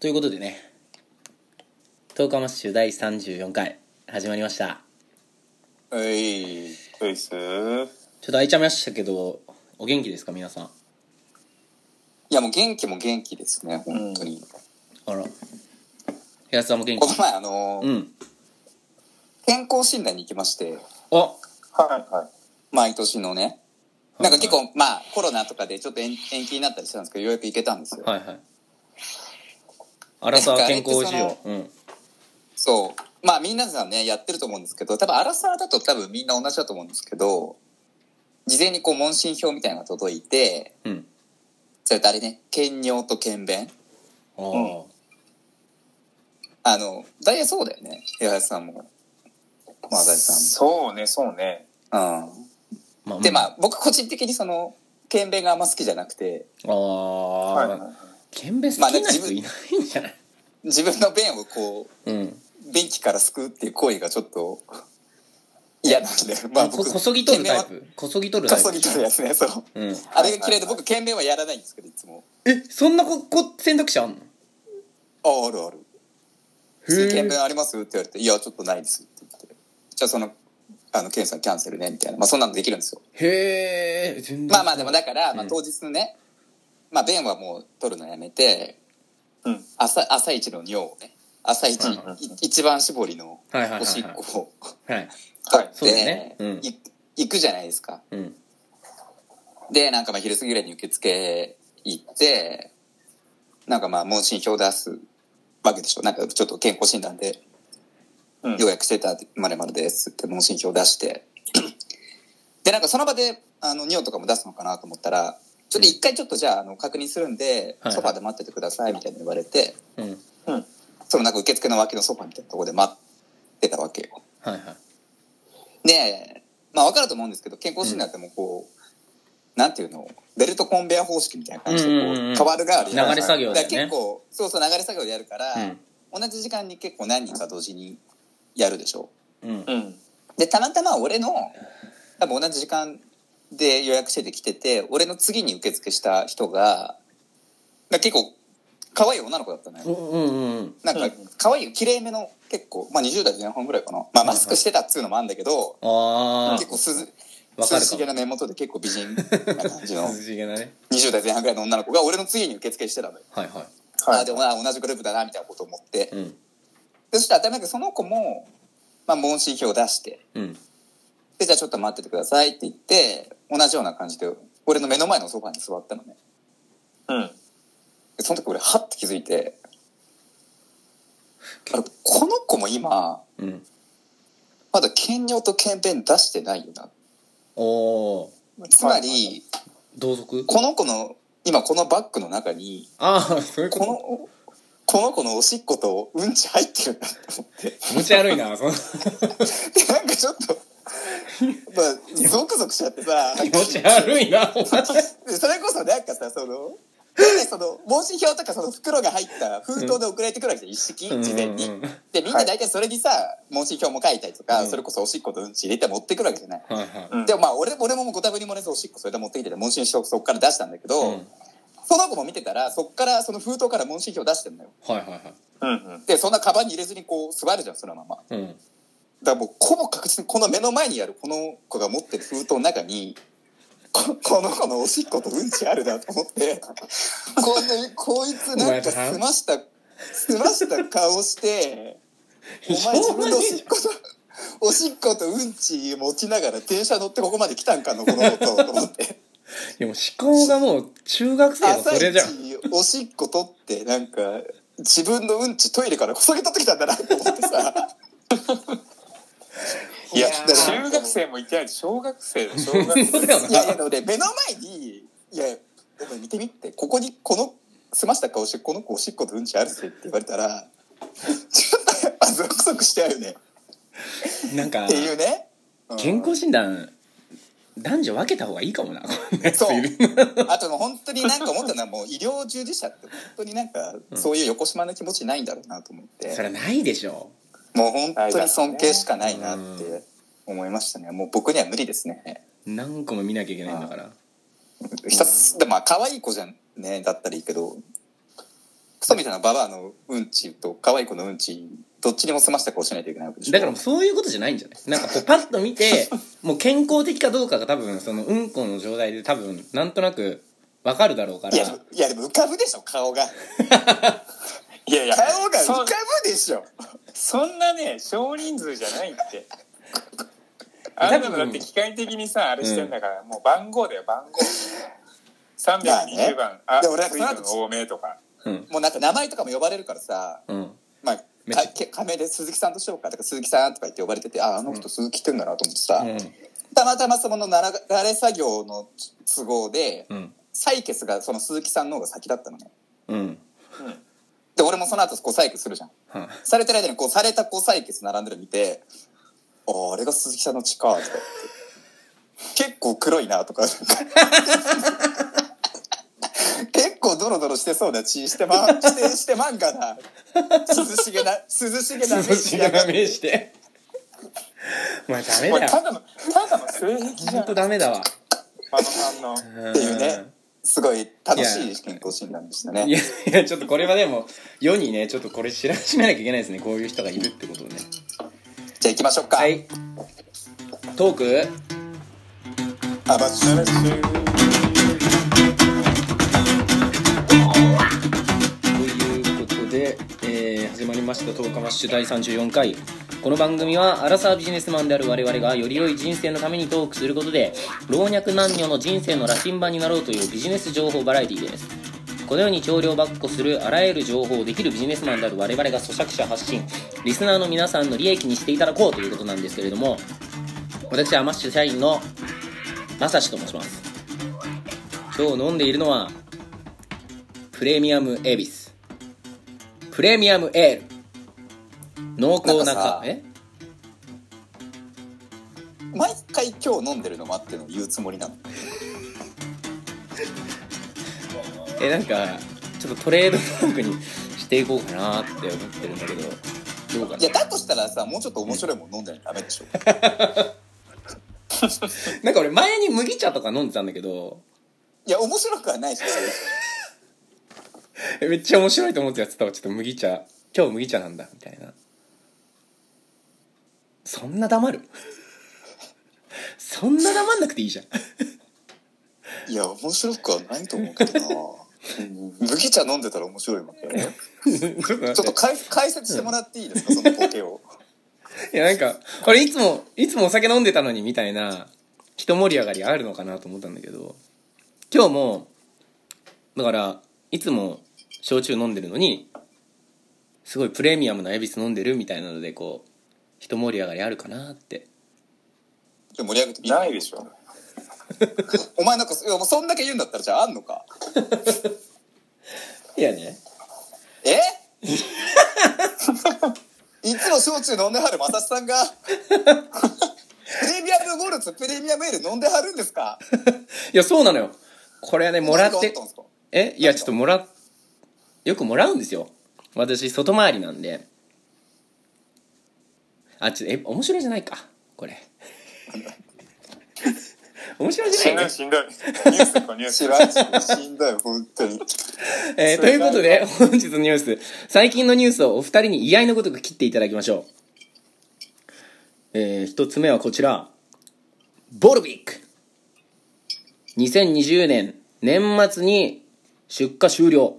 ということでね、トーカマッシュ第34回始まりました。 ういっす。 ちょっと空いちゃいましたけど、お元気ですか皆さん。 いやもう元気ですね、本当に。 あら、部屋さんも元気。 この前健康診断に行きまして。 はいはい。 毎年のね。なんか結構、まあコロナとかでちょっと延期になったりしたんですけど、ようやく行けたんですよ。 はいはい。アラサー健康需要。 そう。まあみんなさんね、やってると思うんですけど、多分アラサーだと多分みんな同じだと思うんですけど、事前にこう問診票みたいなのが届いて、それとあれね、検尿と検便。大体そうだよね、部屋さんも。まあ大体さんも。 そうね。 でまあ僕個人的にその検便があんま好きじゃなくて。 検便好きな人いないんじゃない？ 自分の便をこう、便器からすくうっていう行為がちょっと嫌なんで、まあ僕こそぎ取るタイプ。こそぎ取るやつね、そう。あれが嫌いで僕検便はやらないんですけど、いつも。 そんな選択肢あんの？ ある。検便ありますって言われて、いやちょっとないですって言って、じゃあその検査キャンセルねみたいな、まあそんなのできるんですよ。 へえ。 まあでもだから、まあ、当日ね、まあ便はもう取るのやめて、朝一の尿をね、朝一、一番搾りのおしっこを取って行くじゃないですか。でなんかまあ昼過ぎぐらいに受付行って、なんかまあ問診票出すわけでしょ。なんかちょっと健康診断で予約してた〇〇ですって問診票出してでなんかその場で尿とかも出すのかなと思ったら、ちょっと一回ちょっとじゃあ確認するんで、ソファーで待っててくださいみたいに言われて、そのなんか受付の脇のソファーみたいなところで待ってたわけよ。でまあ分かると思うんですけど、健康診断ってもこう、なんていうの、ベルトコンベヤ方式みたいな感じでこう変わるがある流れ作業でね。 結構そう流れ作業でやるから、同じ時間に結構何人か同時にやるでしょ。でたまたま俺の多分同じ時間で予約してて来てて、俺の次に受付した人が結構可愛い女の子だったのよ。なんか可愛い綺麗めの、結構まあ20代前半ぐらいかな。まあマスクしてたっつうのもあるんだけど、結構涼しげな目元で結構美人な感じの20代前半ぐらいの女の子が俺の次に受付してたのよ。でも同じグループだなみたいなこと思って、そしたらその子もまあ問診票を出して、でじゃあちょっと待っててくださいって言って同じような感じで俺の目の前のソファに座ったのね。でその時俺ハッて気づいて、この子も今、まだ検尿と検便出してないよな。つまり、この子の今このバッグの中にこの子のおしっことうんち入ってるんだと思って、 気持ち悪いな。でなんかちょっとまあゾクゾクしちゃってさ、 気持ち悪いな。 それこそなんかさ、その問診票とかその袋が入った封筒で送られてくるわけじゃん、一式事前に。でみんな大体それにさ、問診票も書いたりとか、それこそおしっことうんち入れて持ってくるわけじゃない。でもまあ俺もご多分に漏れずおしっこそれで持ってきてて、問診票そこから出したんだけど、その子も見てたらそっからその封筒から問診票出してんのよ。でそんなカバンに入れずにこう座るじゃん、そのまま。だからもうほぼ確実にこの目の前にあるこの子が持ってる封筒の中にこの子のおしっことうんちあるなと思って、こいつなんかすました顔してお前自分のおしっことうんち持ちながら電車乗ってここまで来たんかのこの子と思って。 でも思考がもう中学生のそれじゃん。 朝一おしっこ取ってなんか自分のうんちトイレからこそぎ取ってきたんだなと思ってさ。 いや中学生もいてない、小学生だよ。 いやでも目の前に、いや見てみってここにこの済ました顔してこの子おしっことうんちあるぜって言われたらちょっとやっぱゾクゾクしちゃうよね。 なんかっていうね。 健康診断男女分けた方がいいかもな。 そう。あと本当になんか思ったのは、もう医療従事者って本当になんかそういう横島な気持ちないんだろうなと思って。 それはないでしょ。 もう本当に尊敬しかないなって思いましたね。もう僕には無理ですね。 何個も見なきゃいけないんだから。 でも可愛い子じゃんねだったらいいけど、 クソみたいなババアのうんちと可愛い子のうんちどっちにも済ました顔しないといけないわけでしょ。 だからもうそういうことじゃないんじゃない？なんかこうパッと見てもう健康的かどうかが多分そのうんこの状態で多分なんとなく分かるだろうから。 いやでも浮かぶでしょ顔が。 いやいや顔が浮かぶでしょ。 そんなね少人数じゃないって。あんなのだって機械的にさあれしてんだから、もう番号だよ番号。320番、 で俺水分多めとか、 もうなんか名前とかも呼ばれるからさ、まあ仮名で鈴木さんとしようかとか鈴木さんとか言って呼ばれてて、あの人鈴木って言うんだなと思ってさ、たまたまその流れ作業の都合で、採血がその鈴木さんの方が先だったのね。で俺もその後こう採血するじゃん、されてる間にこうされたこう採血並んでるの見て、あれが鈴木さんの血かとか言って結構黒いなとか結構ドロドロしてそうな血してまんかな。涼しげな目してお前ダメだよ。 ただの性癖じゃん。 ほんとダメだわあの反応っていうね、すごい楽しい健康診断でしたね。 いやちょっとこれはでも世にねちょっとこれ知らしめなきゃいけないですね、こういう人がいるってことをね。 じゃあ行きましょうか。 はい、トークアバチュラシュ始まりましたトーカマッシュ第34回。この番組はアラサービジネスマンである我々がより良い人生のためにトークすることで老若男女の人生の羅針盤になろうというビジネス情報バラエティです。このように調量ばっこするあらゆる情報をできるビジネスマンである我々が咀嚼者発信、リスナーの皆さんの利益にしていただこうということなんですけれども、私はマッシュ社員のまさしと申します。今日飲んでいるのはプレミアムエビスプレミアムエール濃厚なか毎回今日飲んでるのもあっての言うつもりなの。 なんかちょっとトレードマークにしていこうかなって思ってるんだけど、どうかな。 いやだとしたらさ、もうちょっと面白いもん飲んでないとダメでしょ。 なんか俺前に麦茶とか飲んでたんだけど、 いや面白くはないしめっちゃ面白いと思ってやってたわ。ちょっと麦茶、今日麦茶なんだみたいな。そんな黙るそんな黙んなくていいじゃん。 いや面白くはないと思うけどな。麦茶飲んでたら面白いもんね。ちょっと解説してもらっていいですか、そのボケを。 いやなんか俺いつもお酒飲んでたのにみたいな一盛り上がりあるのかなと思ったんだけど、今日もだからいつも焼酎飲んでるのにすごいプレミアムなエビス飲んでるみたいなのでこう一盛り上がりあるかなって。 盛り上げてないでしょ。 お前なんかもうそんだけ言うんだったらじゃああんのか。 いやねいつも焼酎飲んではるまさしさんがプレミアムモルツプレミアムエール飲んではるんですか。 いやそうなのよ。これはねもらっていやちょっとよくもらうんですよ。私外回りなんで。ちょっと面白いじゃないかこれ。面白いじゃないね。 しんどいニュースとニュースしんどい本当に。 ということで本日のニュース、最近のニュースをお二人に居合のごとく切っていただきましょう。一つ目はこちら、ボルビック2020年年末に出荷終了。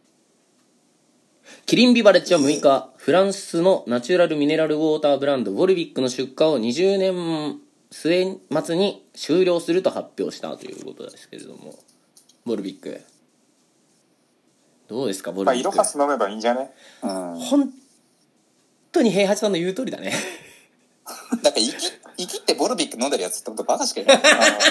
キリンビバレッジは6日、フランスのナチュラルミネラルウォーターブランドボルビックの出荷を20年末末に終了すると発表したということですけれども、ボルビックどうですか。ボルビック、 イロハス飲めばいいんじゃね。 本当に平八さんの言う通りだね。 なんか生きってボルビック飲んでるやつってことバカしかいない。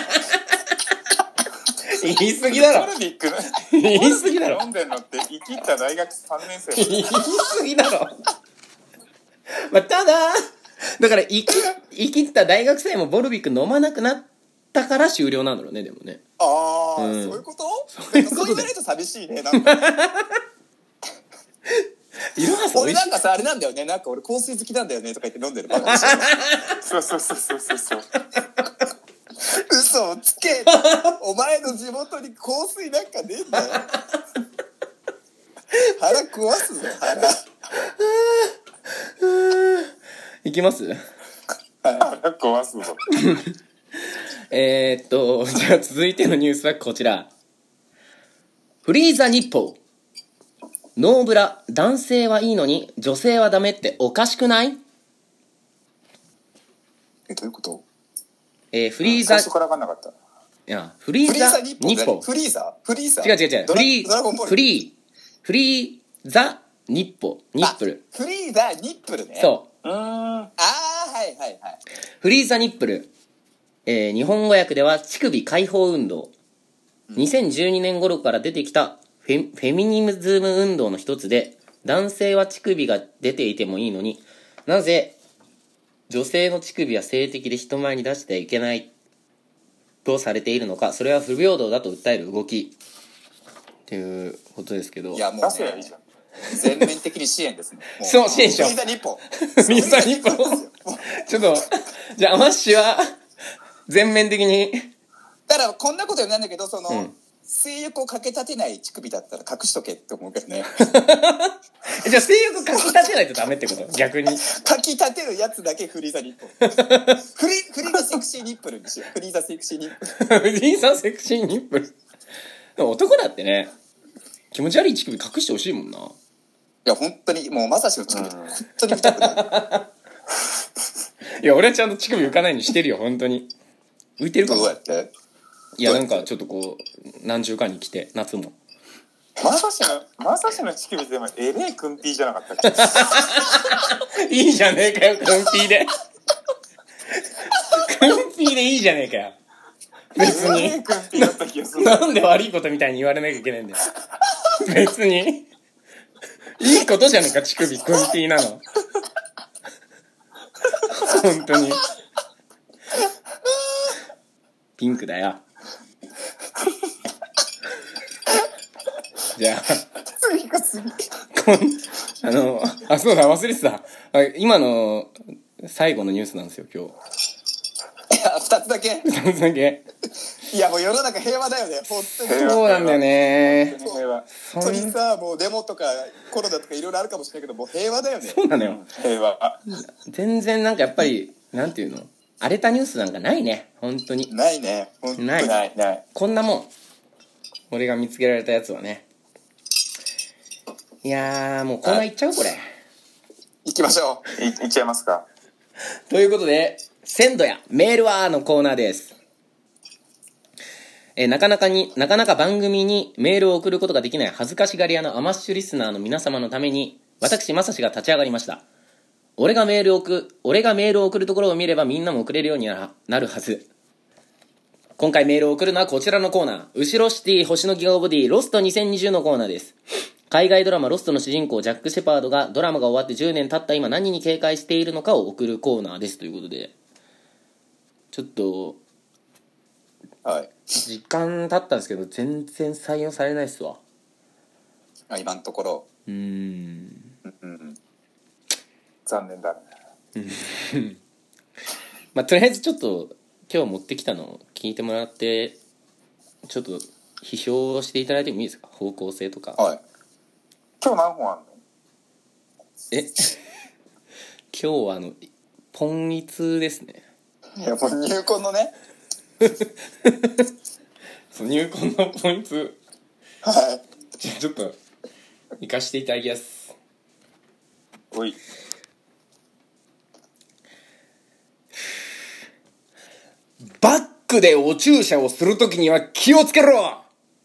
言い過ぎだろ。 ボルビック言い過ぎだろ。 飲んでんのって生きった大学3年生。 言い過ぎだろ。ただだから生きった大学生もボルビック飲まなくなったから終了なんだろうね。でもね、 そういうこと。そう言われると寂しいね。なんか俺なんかさあれなんだよね、なんか俺香水好きなんだよねとか言って飲んでるバカでしょ。そう嘘をつけ。お前の地元に香水なんかねえんだよ。腹壊すぞ腹。 いきます？ 腹壊すぞ。 じゃあ続いてのニュースはこちら。フリーザ日報。ノーブラ、男性はいいのに女性はダメっておかしくない？ どういうこと？ フリーザ、 最初から分かんなかった。 いや、フリーザ日報。 フリーザ違う。フリーザ日報。ニップル。 フリーザニップルね。 そう。 はいはいはい。 フリーザニップル。日本語訳では乳首解放運動。2012年頃から出てきたフェミニズム運動の一つで、男性は乳首が出ていてもいいのになぜ女性の乳首は性的で人前に出してはいけないとされているのか。それは不平等だと訴える動きっていうことですけど。 いやもう、 出せばいいじゃん。 全面的に支援ですね。 そう、支援しよう。 フリーザ日報。 フリーザ日報。ちょっと、じゃあアマッシュは全面的に。 だからこんなこと言うんだけど、性欲をかき立てない乳首だったら隠しとけって思うけどね。 じゃあ性欲かき立てないとダメってこと？逆にかき立てるやつだけフリーザ日報。フリーザセクシーニップルにしよう。フリーザセクシーニップル。 フリーザセクシーニップル。でも男だってね、気持ち悪い乳首隠してほしいもんな。 いや本当にもうまさしの乳首、本当に見たくない。 いや俺はちゃんと乳首浮かないようにしてるよ。本当に浮いてるかも。 どうやって？ いやなんかちょっとこう何十回に来て、夏もまさしの乳首でもエレイクンピーじゃなかったっけ？ いいじゃねえかよ、クンピーで。クンピーでいいじゃねえかよ。別エレイにクンピーだった気がする。 なんで悪いことみたいに言われなきゃいけないんだよ。別にいいことじゃねえか、乳首クンピーなの。本当にピンクだよ。じゃあ次か次。 そうだ、忘れてた。今の最後のニュースなんですよ、今日。 いや2つだけ。 2つだけ。 いやもう世の中平和だよね本当に。 そうなんだよね。 本当にさ、もうデモとかコロナとかいろいろあるかもしれないけど、もう平和だよね。 そうなのよ。 平和。 全然なんかやっぱりなんていうの、荒れたニュースなんかないね、本当に。 ないね。本当にないない。 こんなもん。俺が見つけられたやつはね。いやーもうコーナーいっちゃうこれ。 行きましょう。 いっちゃいますか。 ということで、鮮度やメールはのコーナーです。なかなか番組にメールを送ることができない恥ずかしがり屋のアマッシュリスナーの皆様のために、私まさしが立ち上がりました。俺がメールを送るところを見ればみんなも送れるようになるはず。今回メールを送るのはこちらのコーナー、後ろシティ星のギガボディロスト2020のコーナーです。海外ドラマロストの主人公ジャック・シェパードがドラマが終わって10年経った今何に警戒しているのかを送るコーナーですということで、ちょっとはい。 時間経ったんですけど全然採用されないっすわ。 今のところ。 残念だね。 まあとりあえずちょっと今日持ってきたのを聞いてもらって、ちょっと批評していただいてもいいですか？方向性とか。 はい。 今日何本あんの？ 今日はポンイツですね。 いやもう入魂のね。 そう、入魂のポイント。 はい。 ちょっと行かしていただきます。 おい。 バックでお注射をするときには気をつけろ。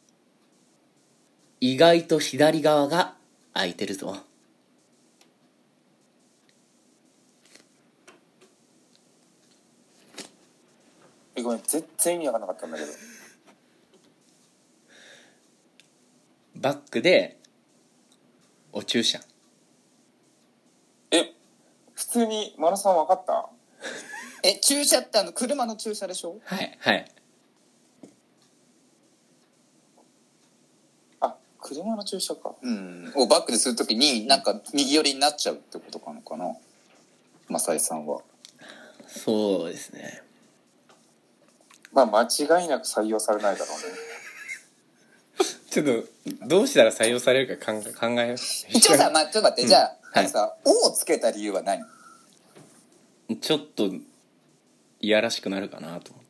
意外と左側が空いてるぞ。 ごめん、全然意味わかんなかったんだけど。 バックでお注射。 普通にマナさんわかった？ 注射って車の駐車でしょ？ はいはい。 あ、車の駐車か。 をバックでするときになんか右寄りになっちゃうってことかのかな、マサイさんは。 そうですね。 まあ間違いなく採用されないだろうね。 ちょっとどうしたら採用されるか考えよう。 一応さ、ちょっと待って、じゃあ、 はい 「お」をつけた理由は何？ ちょっといやらしくなるかなと思って。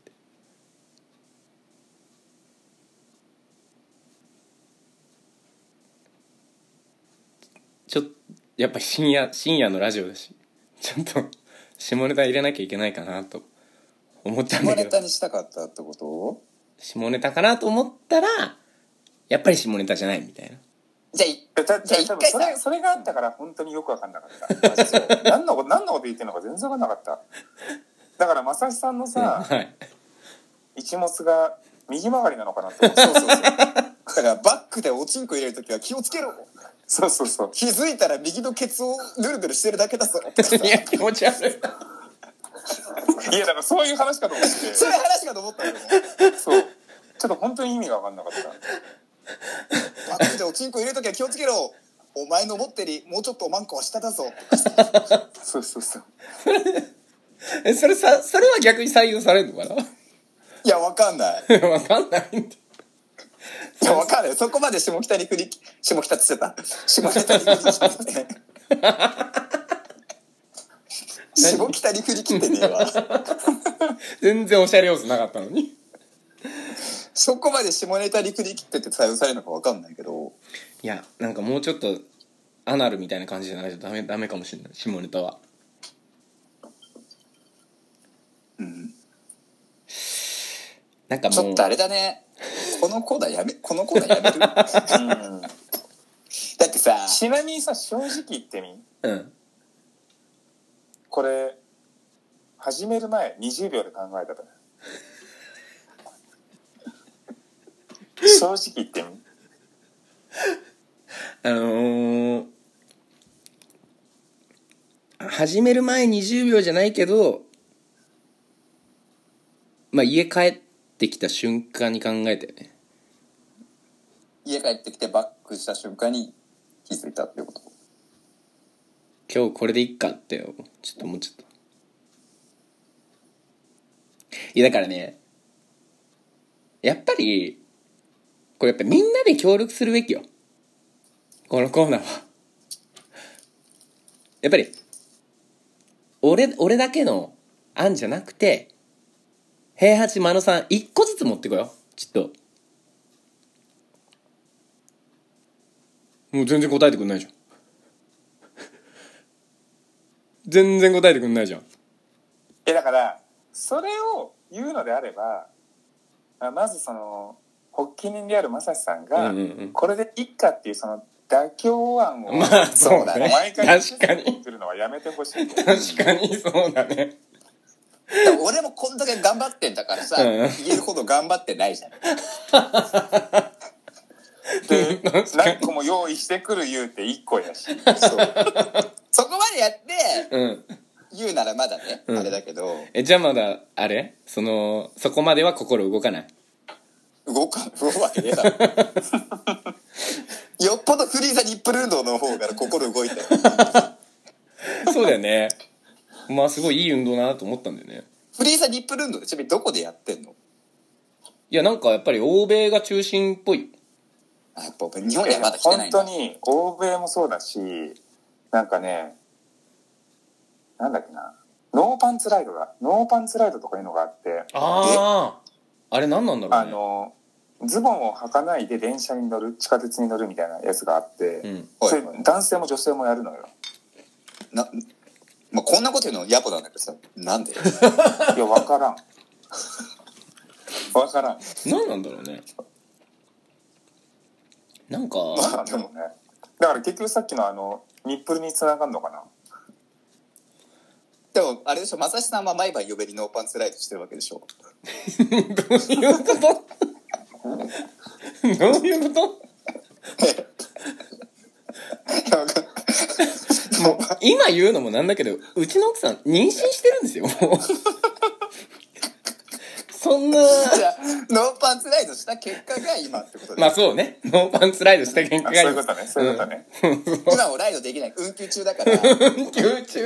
やっぱり深夜のラジオだし、ちょっと下ネタ入れなきゃいけないかなと思ったんだけど、 下ネタにしたかったってこと？ 下ネタかなと思ったらやっぱり下ネタじゃないみたいな。 じゃあ一回さ、 それがあったから本当によく分かんなかったマジで何のこと言ってるのか全然分かんなかった。だからまさしさんのさ、 はい、 一物が右曲がりなのかなって思って。そうそうそう。だからバックでおちんこ入れるときは気をつけろ。そうそうそう。気づいたら右のケツをヌルヌルしてるだけだぞ。 いや気持ち悪い。 いやだからそういう話かと思って。 そういう話かと思ったよ。 そう。ちょっと本当に意味が分かんなかった。 バックでおちんこ入れるときは気をつけろ。お前の持ってるもうちょっとおまんこは下だぞ。 そうそうそう。 それは逆に採用されるのかな。 いやわかんない。 わかんないんで。 いやわかんない。そこまで下北って言ってた。下ネタに振り切って下北に振り切ってねえわ。 全然おしゃれ要素なかったのに。 そこまで下ネタに振り切ってて採用されるのかわかんないけど。 いやなんかもうちょっとアナルみたいな感じじゃないとダメかもしれない、下ネタは。 うん。 なんかもうちょっとあれだね。このコーナーやめる。うん。だってさ、 ちなみにさ、正直言ってみ。 うん。 これ始める前20秒で考えたと。正直言ってみ。 始める前20秒じゃないけど、まあ家帰ってきた瞬間に考えたよね。 家帰ってきてバックした瞬間に気づいたってこと。 今日これでいっかってちょっと思っちゃった。いやだからね、やっぱりこれやっぱみんなで協力するべきよ、このコーナーは。やっぱり俺だけの案じゃなくて、平八真野さん一個ずつ持ってこよう。ちょっともう全然答えてくんないじゃん。全然答えてくんないじゃん。 だからそれを言うのであれば、まずその発起人であるまさしさんが、これでいっかっていうその妥協案を、 まあそうだね、 毎回確かにするのはやめてほしい。 確かにそうだね。 俺もこんだけ頑張ってんだからさ、言えるほど頑張ってないじゃん。 で何個も用意してくる言うて1個やし。 そこまでやって、言うならまだね、あれだけど。 じゃあまだあれそこまでは心動かない。 動くわけねえだろ。よっぽどフリーザニップル運動の方から心動いてる。 そうだよね。まあすごいいい運動だなと思ったんだよね。 フリーザニップル運動ってちなみにどこでやってんの？ いやなんかやっぱり欧米が中心っぽい。 やっぱ日本にはまだ来てないんだ。 本当に欧米もそうだし、なんかね、なんだっけな、ノーパンツライドとかいうのがあって。 あれ何なんだろうね。 ズボンを履かないで電車に乗る、地下鉄に乗るみたいなやつがあって、それ男性も女性もやるのよ。 まあ、こんなこと言うの野暮なんだけどさ、なんで？いや分からん。 何なんだろうね。なんか、 まあ、でもね、だから結局さっきのニップルに繋がるのかな。 でもあれでしょ、まさしさんは毎晩呼べりノーパンツライドしてるわけでしょ。 どういうことどういうこともう今言うのもなんだけど、うちの奥さん妊娠してるんですよ、もう。そんな。 じゃあノーパンツライドした結果が今ってことで。 まあそうね、ノーパンツライドした結果が今。そういうことね。 今もライドできない、運休中だから。 運休中。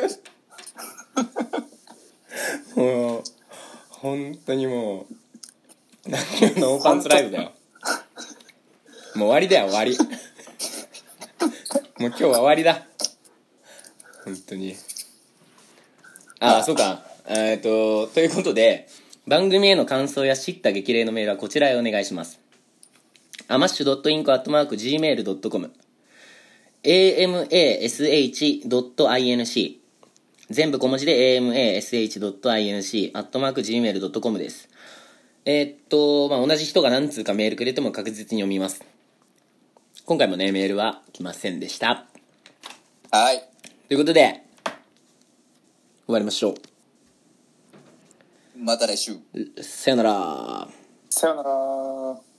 もう本当にもう何ノーパンツライドだよ。 もう終わりだよ、終わり。もう今日は終わりだ。本当に。そうか。ということで、番組への感想や知った激励のメールはこちらへお願いします。amash.inc@gmail.com amash.inc 全部小文字で amash.inc@gmail.com です。同じ人が何通かメールくれても確実に読みます。今回もね、メールは来ませんでした。 はい。 ということで、終わりましょう。 また来週。 さよなら。 さよなら。